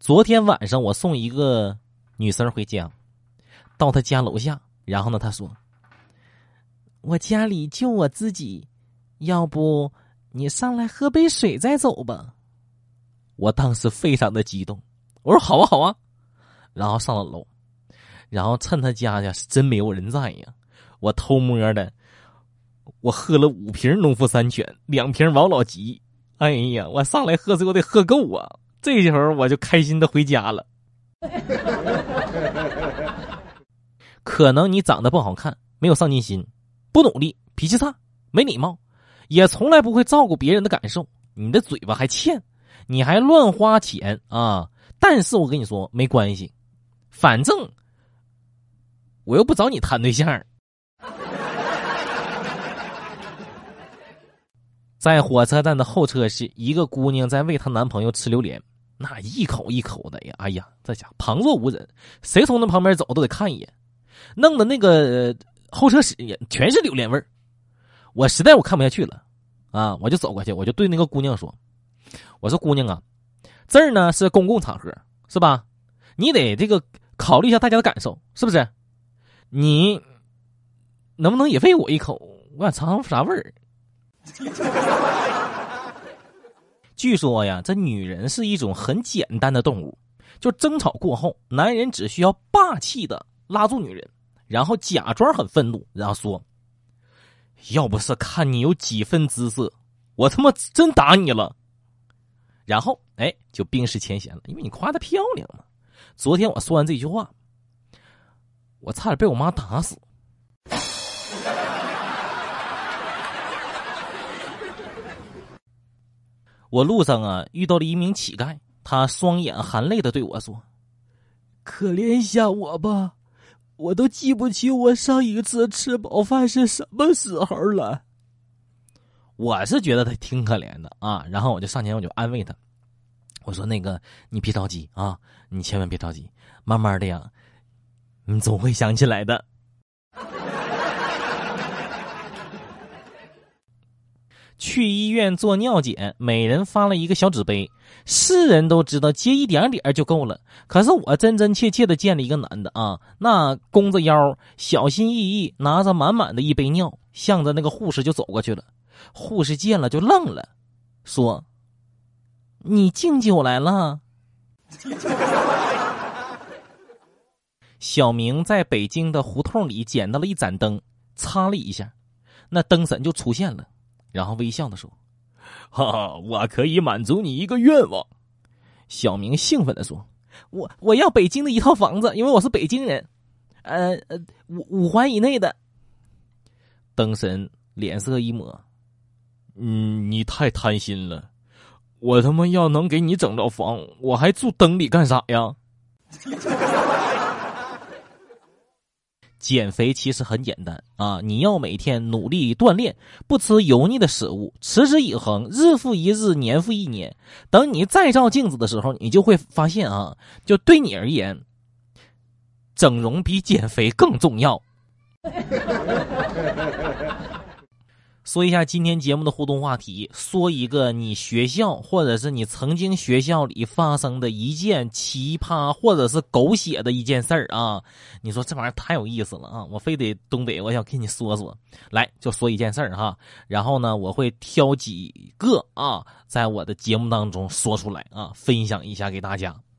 昨天晚上我送一个女生回家，到她家楼下，然后呢她说，我家里就我自己，要不你上来喝杯水再走吧。我当时非常的激动，我说好啊好啊，然后上了楼，然后趁他家是真没有人在呀，我偷摸的我喝了5瓶农夫山泉，2瓶王老吉，哎呀，我上来喝水我得喝够啊，这时候我就开心的回家了。可能你长得不好看，没有上进心，不努力，脾气差，没礼貌，也从来不会照顾别人的感受，你的嘴巴还欠，你还乱花钱啊！但是我跟你说没关系，反正我又不找你谈对象。在火车站的候车室，一个姑娘在喂她男朋友吃榴莲，那一口一口的呀，哎呀，这家旁若无人，谁从那旁边走都得看一眼，弄得那个候车室也全是榴莲味儿。我实在我看不下去了啊，我就走过去，我就对那个姑娘说，我说姑娘啊，这儿呢是公共场合是吧，你得这个考虑一下大家的感受，是不是？你能不能也喂我一口，我想尝尝啥味儿。据说呀，这女人是一种很简单的动物，就争吵过后，男人只需要霸气的拉住女人，然后假装很愤怒，然后说，要不是看你有几分姿色，我他妈真打你了。然后就冰释前嫌了，因为你夸她漂亮嘛。昨天我说完这句话，我差点被我妈打死。我路上啊遇到了一名乞丐，他双眼含泪的对我说，可怜一下我吧，我都记不起我上一次吃饱饭是什么时候了。我是觉得他挺可怜的啊，然后我就上前我就安慰他，我说那个你别着急啊，你千万别着急，慢慢的呀，你总会想起来的。去医院做尿检，每人发了一个小纸杯，是人都知道接一点点就够了，可是我真真切切的见了一个男的啊，那弓着腰，小心翼翼拿着满满的一杯尿，向着那个护士就走过去了。护士见了就愣了，说，你敬酒来了。小明在北京的胡同里捡到了一盏灯，擦了一下，那灯神就出现了，然后微笑的说，哈哈，我可以满足你一个愿望。小明兴奋的说，我要北京的一套房子，因为我是北京人，5环以内的。灯神脸色一抹，你太贪心了，我他妈要能给你整着房，我还住灯里干啥呀？减肥其实很简单啊，你要每天努力锻炼，不吃油腻的食物，持之以恒，日复一日，年复一年。等你再照镜子的时候，你就会发现啊，就对你而言，整容比减肥更重要。说一下今天节目的互动话题，说一个你学校或者是你曾经学校里发生的一件奇葩或者是狗血的一件事儿啊！你说这玩意儿太有意思了啊！我非得东北，我想跟你说说，来就说一件事儿哈，然后呢，我会挑几个啊，在我的节目当中说出来啊，分享一下给大家。